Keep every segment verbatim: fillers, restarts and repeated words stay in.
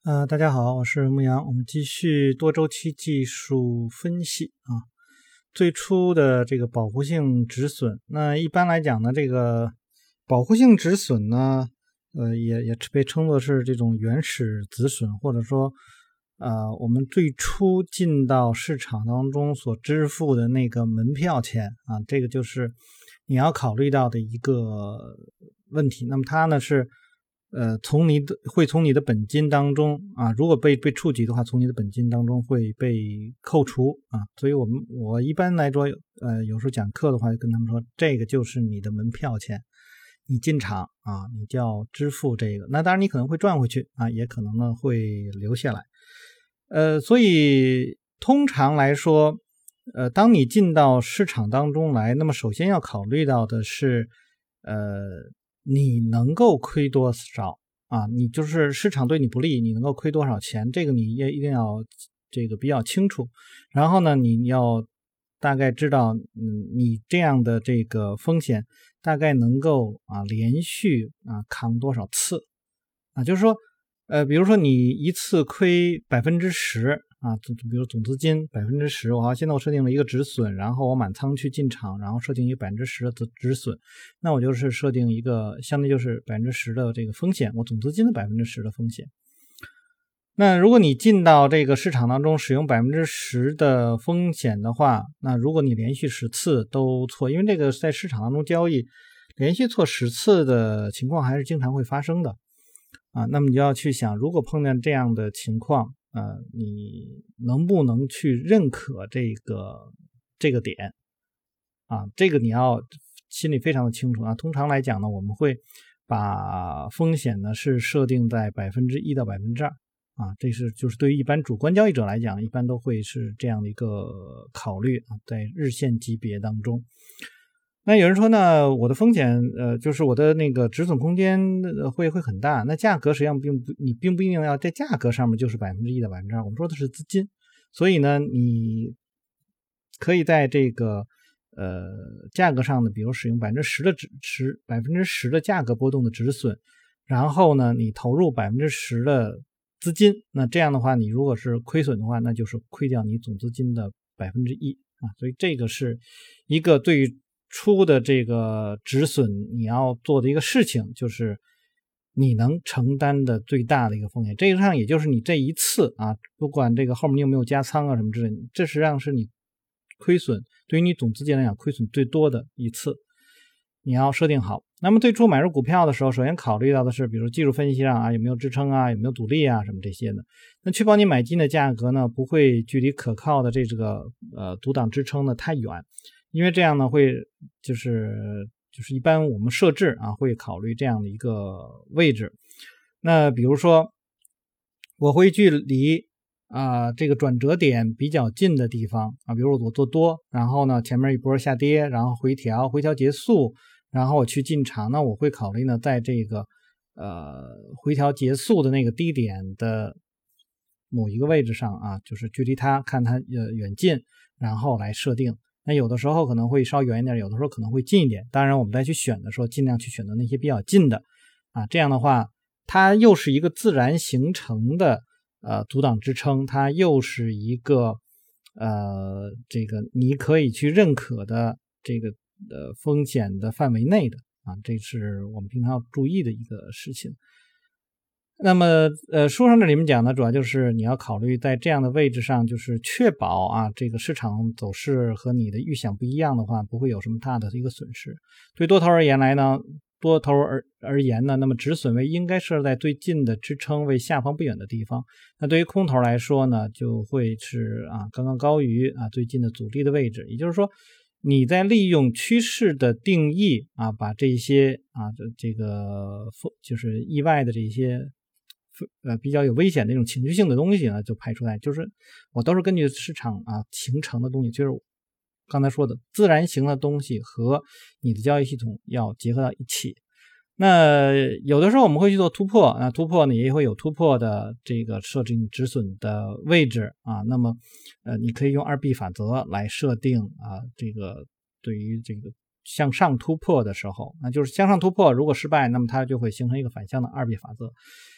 呃，大家好，我是牧羊，我们继续多周期技术分析啊。最初的这个保护性止损，那一般来讲呢，这个保护性止损呢，呃，也也被称作是这种原始止损，或者说，呃，我们最初进到市场当中所支付的那个门票钱啊，这个就是你要考虑到的一个问题。那么它呢是。呃，从你的会从你的本金当中啊，如果被被触及的话，从你的本金当中会被扣除啊。所以我们我一般来说，呃，有时候讲课的话，就跟他们说，这个就是你的门票钱，你进场啊，你就要支付这个。那当然你可能会赚回去啊，也可能呢会留下来。呃，所以通常来说，呃，当你进到市场当中来，那么首先要考虑到的是，呃。你能够亏多少啊？你就是市场对你不利，你能够亏多少钱？这个你也一定要这个比较清楚。然后呢，你要大概知道，嗯，你这样的这个风险大概能够啊连续啊扛多少次啊？就是说，呃，比如说你一次亏百分之十。啊，比如总资金百分之十，我好，现在我设定了一个止损，然后我满仓去进场，然后设定一个百分之十的止损，那我就是设定一个相对就是百分之十的这个风险，我总资金的百分之十的风险。那如果你进到这个市场当中使用百分之十的风险的话，那如果你连续十次都错，因为这个在市场当中交易连续错十次的情况还是经常会发生的啊，那么你就要去想，如果碰见这样的情况。呃，你能不能去认可这个这个点啊？这个你要心里非常的清楚啊。通常来讲呢，我们会把风险呢是设定在百分之一到百分之二啊，这是就是对于一般主观交易者来讲，一般都会是这样的一个考虑啊，在日线级别当中。那有人说呢，我的风险呃，就是我的那个止损空间会会很大，那价格实际上并不，你并不一定要在价格上面就是百分之一到百分之二，我们说的是资金，所以呢，你可以在这个呃价格上呢，比如使用百分之十的止十百分之十的价格波动的止损，然后呢，你投入百分之十的资金，那这样的话，你如果是亏损的话，那就是亏掉你总资金的百分之一啊，所以这个是一个对于出的这个止损你要做的一个事情，就是你能承担的最大的一个风险，这个上也就是你这一次啊，不管这个后面你有没有加仓啊什么之类的，这实际上是你亏损对于你总资金来讲亏损最多的一次，你要设定好。那么最初买入股票的时候，首先考虑到的是比如技术分析上啊有没有支撑啊，有没有阻力啊什么这些的，那确保你买进的价格呢不会距离可靠的这个呃阻挡支撑呢太远，因为这样呢会就是就是一般我们设置啊会考虑这样的一个位置。那比如说我会距离啊、呃、这个转折点比较近的地方啊，比如我做多，然后呢前面一波下跌，然后回调回调结束，然后我去进场，那我会考虑呢在这个呃回调结束的那个低点的某一个位置上啊，就是距离它看它呃远近，然后来设定。那有的时候可能会稍远一点，有的时候可能会近一点。当然我们再去选的时候，尽量去选择那些比较近的啊，这样的话它又是一个自然形成的呃阻挡支撑，它又是一个呃这个你可以去认可的这个呃风险的范围内的啊，这是我们平常要注意的一个事情。那么呃书上这里面讲的主要就是你要考虑在这样的位置上，就是确保啊这个市场走势和你的预想不一样的话，不会有什么大的一个损失。对多头而言来呢，多头而而言呢，那么止损位应该设在最近的支撑位下方不远的地方。那对于空头来说呢，就会是啊刚刚高于啊最近的阻力的位置。也就是说，你在利用趋势的定义啊，把这些啊这这个就是意外的这些呃比较有危险的那种情绪性的东西呢，就排出来。就是我都是根据市场啊形成的东西，就是刚才说的自然型的东西和你的交易系统要结合到一起。那有的时候我们会去做突破，那突破呢也会有突破的这个设定止损的位置啊。那么呃你可以用 二 B 法则来设定啊，这个对于这个向上突破的时候，那就是向上突破如果失败，那么它就会形成一个反向的 二 B 法则。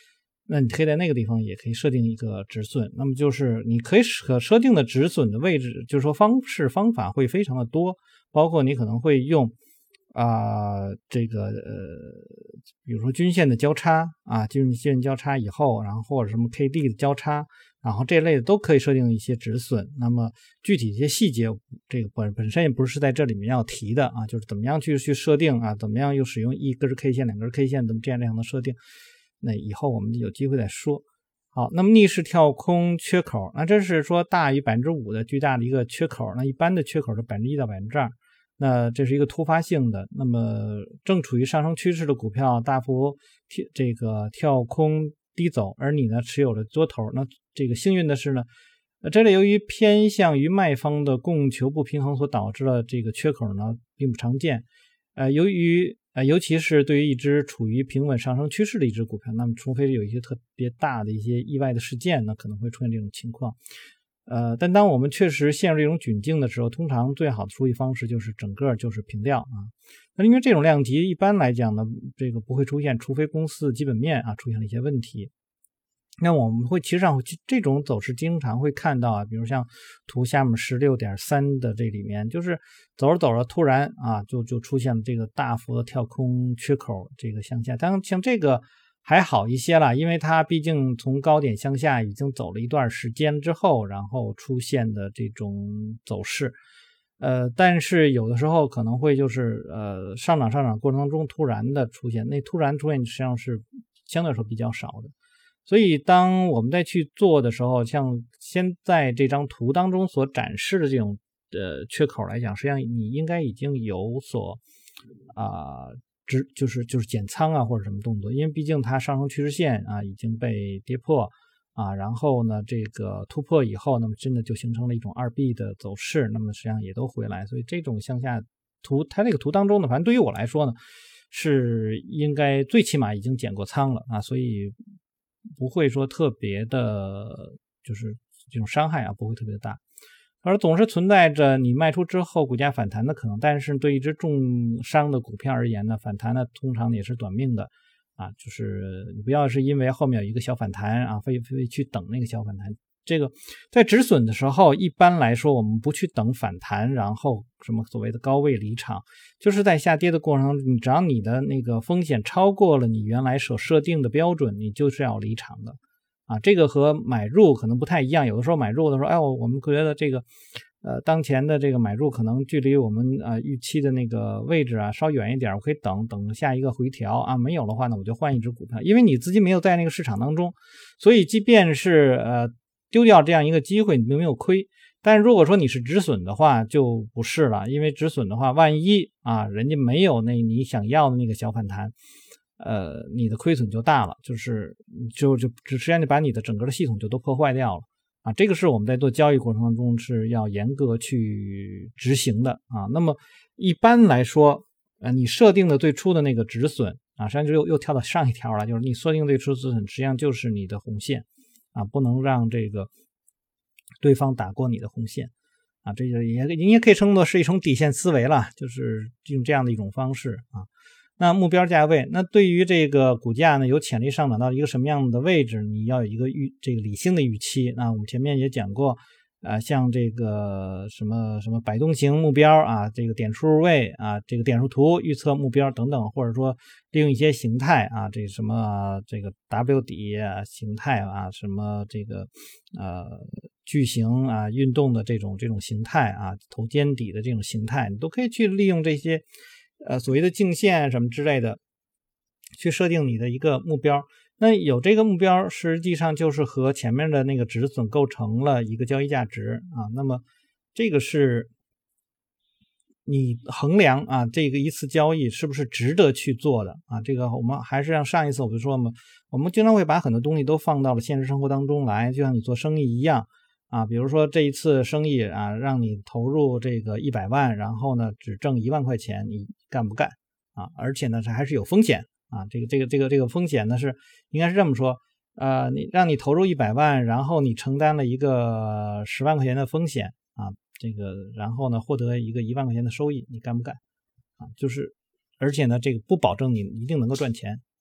那你可以在那个地方也可以设定一个止损。那么就是你可以可设定的止损的位置，就是说方式方法会非常的多，包括你可能会用啊、呃、这个呃比如说均线的交叉啊，均线交叉以后，然后或者什么 K D 的交叉，然后这类的都可以设定一些止损。那么具体一些细节，这个本本身也不是在这里面要提的啊，就是怎么样去去设定啊，怎么样又使用一根 K 线、两根 K 线，怎么这样这样的设定，那以后我们有机会再说。好，那么逆势跳空缺口，那这是说大于 百分之五 的巨大的一个缺口，那一般的缺口是 百分之一 到 百分之二， 那这是一个突发性的。那么正处于上升趋势的股票大幅这个跳空低走，而你呢持有了多头，那这个幸运的是呢，呃，这里由于偏向于卖方的供求不平衡所导致的这个缺口呢并不常见。呃，由于呃，尤其是对于一只处于平稳上升趋势的一只股票，那么除非是有一些特别大的一些意外的事件呢，可能会出现这种情况。呃，但当我们确实陷入这种窘境的时候，通常最好的处理方式就是整个就是平掉啊。那因为这种量级一般来讲呢，这个不会出现，除非公司基本面啊出现了一些问题。那我们会其实上这种走势经常会看到啊，比如像图下面 十六点三 的这里面，就是走着走着突然啊就就出现了这个大幅的跳空缺口，这个向下。当然像这个还好一些啦，因为它毕竟从高点向下已经走了一段时间之后，然后出现的这种走势。呃，但是有的时候可能会就是呃上涨上涨过程当中突然的出现，那突然出现实际上是相对来说比较少的。所以当我们再去做的时候，像现在这张图当中所展示的这种呃缺口来讲，实际上你应该已经有所啊、呃、只就是就是减仓啊或者什么动作，因为毕竟它上升趋势线啊已经被跌破啊，然后呢这个突破以后，那么真的就形成了一种二 B 的走势，那么实际上也都回来，所以这种向下图，它这个图当中呢，反正对于我来说呢，是应该最起码已经减过仓了啊，所以不会说特别的就是这种伤害啊不会特别的大，而总是存在着你卖出之后股价反弹的可能，但是对一只重伤的股票而言呢，反弹呢通常也是短命的啊，就是你不要是因为后面有一个小反弹啊非非去等那个小反弹。这个在止损的时候，一般来说我们不去等反弹，然后什么所谓的高位离场，就是在下跌的过程中，你只要你的那个风险超过了你原来所设定的标准，你就是要离场的啊。这个和买入可能不太一样，有的时候买入的时候，哎，我们觉得这个呃当前的这个买入可能距离我们呃预期的那个位置啊稍远一点，我可以等等下一个回调啊，没有的话呢，我就换一只股票，因为你资金没有在那个市场当中，所以即便是呃丢掉这样一个机会，你并没有亏。但如果说你是止损的话，就不是了，因为止损的话，万一啊人家没有那你想要的那个小反弹，呃，你的亏损就大了，就是就就实际上就把你的整个的系统就都破坏掉了啊。这个是我们在做交易过程当中是要严格去执行的啊。那么一般来说，呃，你设定的最初的那个止损啊，实际上就又又跳到上一条了，就是你设定最初止损实际上就是你的红线。啊，不能让这个对方打过你的红线啊，这就也你也可以称作是一种底线思维了，就是用这样的一种方式啊。那目标价位，那对于这个股价呢有潜力上涨到一个什么样的位置，你要有一个预这个理性的预期。那我们前面也讲过，啊，像这个什么什么摆动型目标啊，这个点数位啊，这个点数图预测目标等等，或者说利用一些形态啊，这什么、啊、这个 W 底啊形态啊，什么这个呃矩形啊运动的这种这种形态啊，头肩底的这种形态，你都可以去利用这些呃所谓的颈线什么之类的，去设定你的一个目标。那有这个目标，实际上就是和前面的那个止损构成了一个交易价值啊。那么这个是你衡量啊，这个一次交易是不是值得去做的啊？这个我们还是像上一次我就说嘛，我们经常会把很多东西都放到了现实生活当中来，就像你做生意一样啊。比如说这一次生意啊，让你投入这个一百万，然后呢只挣一万块钱，你干不干啊？而且呢这还是有风险。啊，这个这个这个这个风险呢是应该是这么说，呃，你让你投入一百万，然后你承担了一个十万块钱的风险啊，这个然后呢获得一个一万块钱的收益，你干不干？啊，就是而且呢这个不保证你一定能够赚钱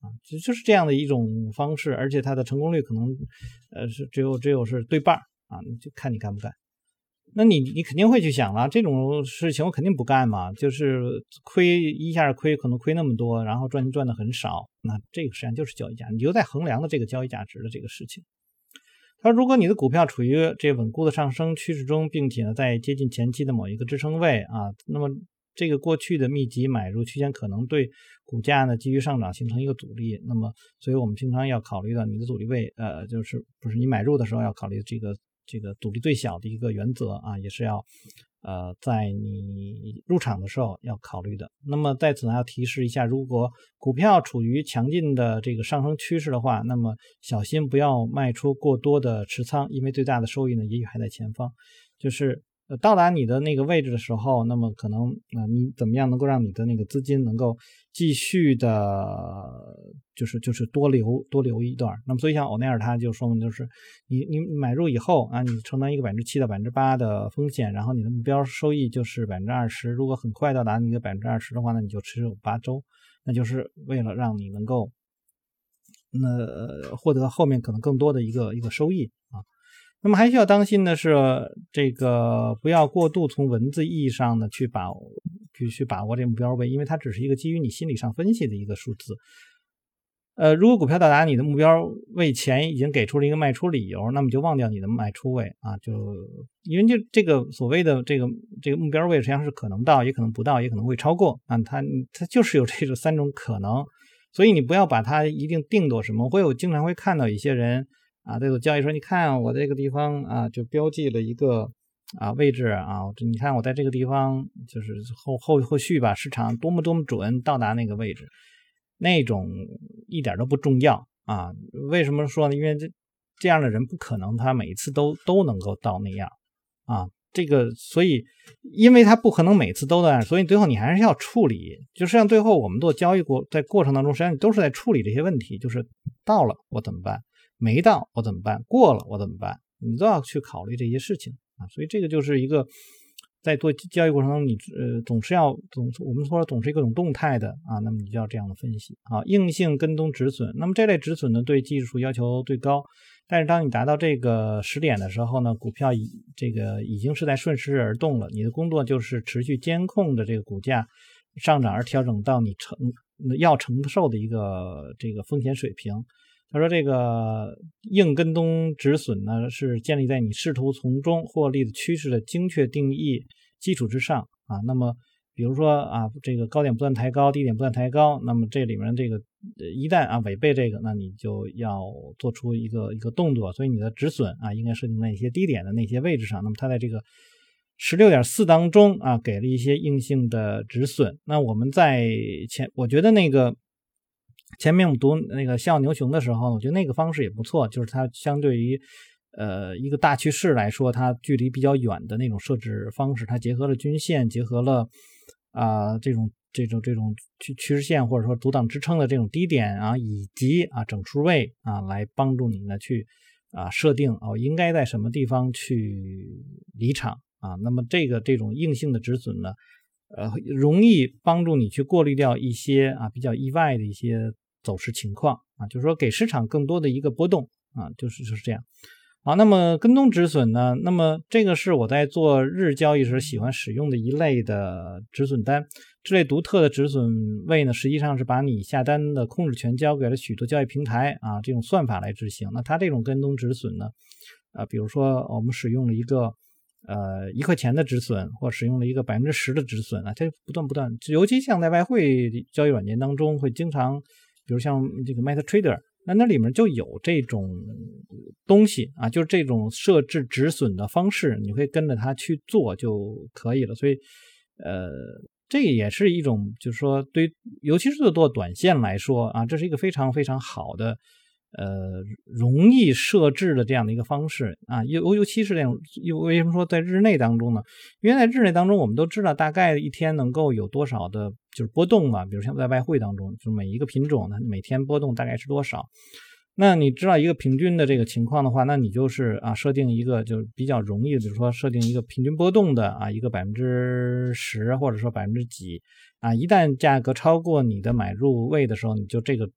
啊，就就是这样的一种方式，而且它的成功率可能呃是只有只有是对半啊，你就看你干不干。那你你肯定会去想了，这种事情我肯定不干嘛，就是亏一下亏可能亏那么多，然后赚钱赚的很少，那这个实际上就是交易价值，你就在衡量的这个交易价值的这个事情。他说如果你的股票处于这稳固的上升趋势中，并且呢在接近前期的某一个支撑位啊，那么这个过去的密集买入区间可能对股价呢继续上涨形成一个阻力，那么所以我们经常要考虑到你的阻力位，呃，就是不是你买入的时候要考虑这个这个阻力最小的一个原则啊，也是要呃在你入场的时候要考虑的。那么在此呢要提示一下，如果股票处于强劲的这个上升趋势的话，那么小心不要卖出过多的持仓，因为最大的收益呢也许还在前方。就是呃到达你的那个位置的时候，那么可能呃你怎么样能够让你的那个资金能够继续的就是就是多留多留一段。那么所以像欧奈尔他就说明，就是你你买入以后啊，你承担一个百分之七到百分之八的风险，然后你的目标收益就是百分之二十，如果很快到达你的百分之二十的话，那你就持有八周，那就是为了让你能够那、呃、获得后面可能更多的一个一个收益啊。那么还需要当心的是，这个不要过度从文字意义上呢去把去去把握这目标位，因为它只是一个基于你心理上分析的一个数字。呃，如果股票到达你的目标位前已经给出了一个卖出理由，那么就忘掉你的卖出位啊，就因为就这个所谓的这个这个目标位实际上是可能到，也可能不到，也可能会超过啊，它它就是有这种三种可能，所以你不要把它一定定做什么。会有经常会看到一些人啊，这个交易说，你看我这个地方啊，就标记了一个啊位置啊，你看我在这个地方就是后后后续吧，市场多么多么准到达那个位置，那种一点都不重要啊。为什么说呢？因为这这样的人不可能他每一次都都能够到那样啊。这个所以因为他不可能每次都那样，所以最后你还是要处理，就是像最后我们做交易过在过程当中，实际上你都是在处理这些问题，就是到了我怎么办，没到我怎么办，过了我怎么办，你都要去考虑这些事情啊。所以这个就是一个在做交易过程中，你呃总是要总我们说总是一个种动态的啊，那么你就要这样的分析啊。硬性跟踪止损，那么这类止损呢对技术要求最高，但是当你达到这个时点的时候呢，股票已这个已经是在顺势而动了，你的工作就是持续监控着这个股价上涨而调整到你承要承受的一个这个风险水平。他说这个硬跟踪止损呢，是建立在你试图从中获利的趋势的精确定义基础之上啊。那么比如说啊，这个高点不断抬高，低点不断抬高，那么这里面这个一旦啊违背这个，那你就要做出一个一个动作，所以你的止损啊应该设定在一些低点的那些位置上。那么它在这个 十六点四 当中啊给了一些硬性的止损。那我们在前我觉得那个前面我们读那个笑牛熊的时候，我觉得那个方式也不错，就是它相对于呃一个大趋势来说，它距离比较远的那种设置方式，它结合了均线，结合了啊、呃、这种这种这种趋趋势线或者说阻挡支撑的这种低点啊，以及啊整数位啊，来帮助你呢去啊设定哦应该在什么地方去离场啊。那么这个这种硬性的止损呢，呃容易帮助你去过滤掉一些啊比较意外的一些走势情况啊，就是说给市场更多的一个波动啊，就是就是这样。好，那么跟踪止损呢，那么这个是我在做日交易时喜欢使用的一类的止损单。这类独特的止损位呢，实际上是把你下单的控制权交给了许多交易平台啊，这种算法来执行。那它这种跟踪止损呢，呃，比如说我们使用了一个呃一块钱的止损，或使用了一个百分之十的止损啊，它不断不断，尤其像在外汇交易软件当中会经常。比如像这个 MetaTrader， 那那里面就有这种东西啊，就是这种设置止损的方式，你会跟着它去做就可以了。所以，呃，这也是一种，就是说对，尤其是做短线来说啊，这是一个非常非常好的，呃，容易设置的这样的一个方式啊。尤尤其是那种，为什么说在日内当中呢？因为在日内当中，我们都知道大概一天能够有多少的。就是波动嘛，比如像在外汇当中，就是每一个品种呢，每天波动大概是多少？那你知道一个平均的这个情况的话，那你就是啊设定一个就是比较容易的，比如说设定一个平均波动的啊一个百分之十或者说百分之几啊，一旦价格超过你的买入位的时候，你就这个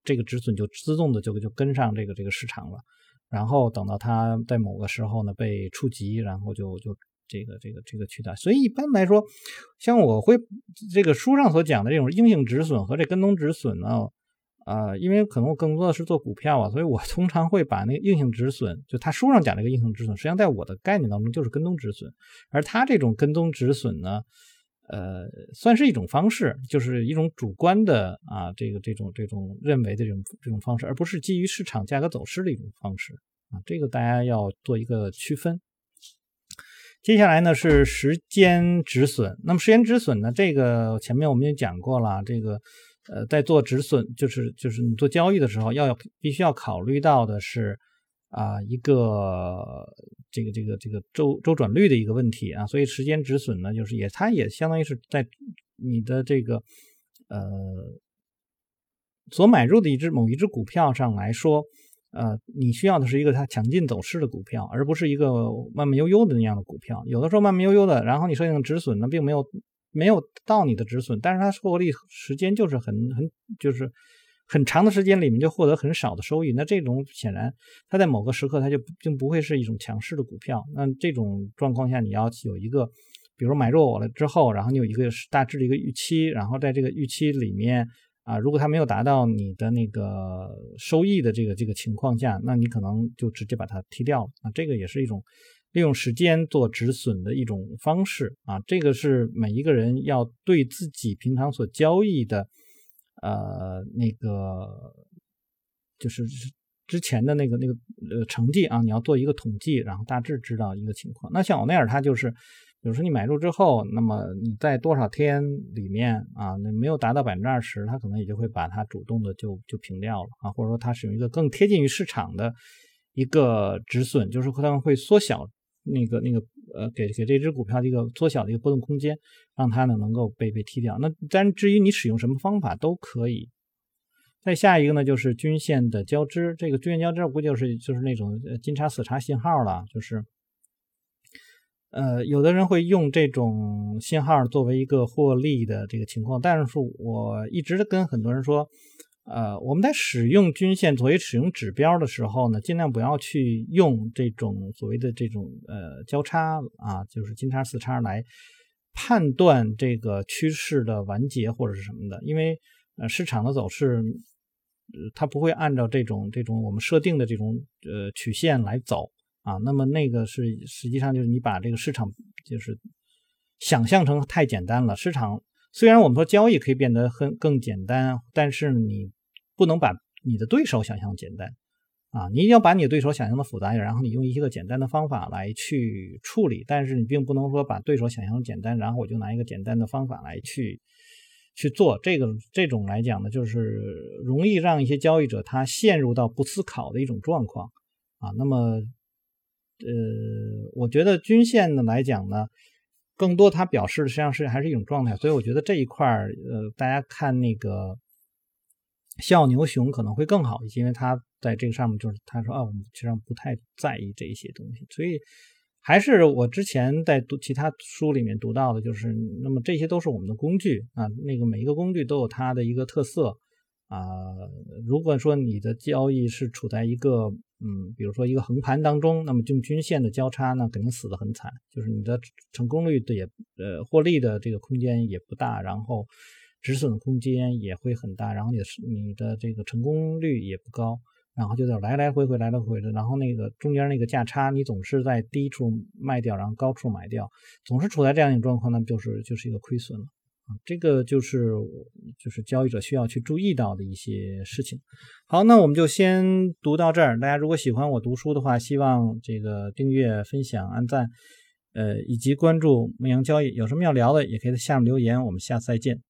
这个止损就自动的就就跟上这个这个市场了，然后等到它在某个时候呢被触及，然后就就这个这个这个取代。所以一般来说，像我会这个书上所讲的这种硬性止损和这跟踪止损呢，呃，因为可能我更多的是做股票啊，所以我通常会把那个硬性止损，就他书上讲这个硬性止损，实际上在我的概念当中就是跟踪止损，而他这种跟踪止损呢，呃，算是一种方式，就是一种主观的啊，这个这种这种认为的这种这种方式，而不是基于市场价格走势的一种方式啊，这个大家要做一个区分。接下来呢是时间止损，那么时间止损呢，这个前面我们也讲过了，这个呃，在做止损，就是就是你做交易的时候，要必须要考虑到的是啊、呃、一个这个这个这个周周转率的一个问题啊，所以时间止损呢，就是也它也相当于是在你的这个呃所买入的一只某一只股票上来说，呃，你需要的是一个它强劲走势的股票，而不是一个慢慢悠悠的那样的股票。有的时候慢慢悠悠的，然后你设定止损呢，并没有。没有到你的止损，但是它获利时间就是很很就是很长的时间里面就获得很少的收益，那这种显然它在某个时刻它就并不会是一种强势的股票。那这种状况下，你要有一个比如买入我了之后，然后你有一个大致的一个预期，然后在这个预期里面啊，如果它没有达到你的那个收益的这个这个情况下，那你可能就直接把它踢掉了。啊，这个也是一种利用时间做止损的一种方式啊，这个是每一个人要对自己平常所交易的呃那个就是之前的那个那个呃成绩啊，你要做一个统计，然后大致知道一个情况。那像欧奈尔他就是，比如说你买入之后，那么你在多少天里面啊，那没有达到百分之二十，他可能也就会把它主动的就就平掉了啊，或者说他使用一个更贴近于市场的一个止损，就是他们会缩小。那个那个呃，给给这只股票的一个缩小的一个波动空间，让它呢能够被被踢掉。那但至于你使用什么方法都可以。再下一个呢就是均线的交织，这个均线交织我估计就是就是那种金叉死叉信号了，就是呃有的人会用这种信号作为一个获利的这个情况，但是我一直跟很多人说。呃，我们在使用均线作为使用指标的时候呢，尽量不要去用这种所谓的这种呃交叉啊，就是金叉四叉来判断这个趋势的完结或者是什么的，因为呃市场的走势，呃、它不会按照这种这种我们设定的这种呃曲线来走啊，那么那个是实际上就是你把这个市场就是想象成太简单了，市场虽然我们说交易可以变得很更简单，但是你不能把你的对手想象简单啊，你一定要把你的对手想象的复杂一点，然后你用一些个简单的方法来去处理，但是你并不能说把对手想象的简单，然后我就拿一个简单的方法来去去做，这个这种来讲呢，就是容易让一些交易者他陷入到不思考的一种状况啊。那么呃，我觉得均线呢来讲呢，更多它表示的实际上是还是一种状态，所以我觉得这一块呃，大家看那个笑牛熊可能会更好一些，因为他在这个上面就是他说啊，我们实际上不太在意这一些东西，所以还是我之前在读其他书里面读到的，就是那么这些都是我们的工具啊，那个每一个工具都有它的一个特色啊。如果说你的交易是处在一个嗯，比如说一个横盘当中，那么用均线的交叉呢，肯定死得很惨，就是你的成功率的也呃获利的这个空间也不大，然后止损的空间也会很大，然后你的你的这个成功率也不高，然后就得来来回回来来回回的，然后那个中间那个价差你总是在低处卖掉，然后高处买掉，总是处在这样一种状况呢，就是就是一个亏损了啊。这个就是就是交易者需要去注意到的一些事情。好，那我们就先读到这儿。大家如果喜欢我读书的话，希望这个订阅、分享、按赞，呃，以及关注牧羊交易。有什么要聊的，也可以在下面留言。我们下次再见。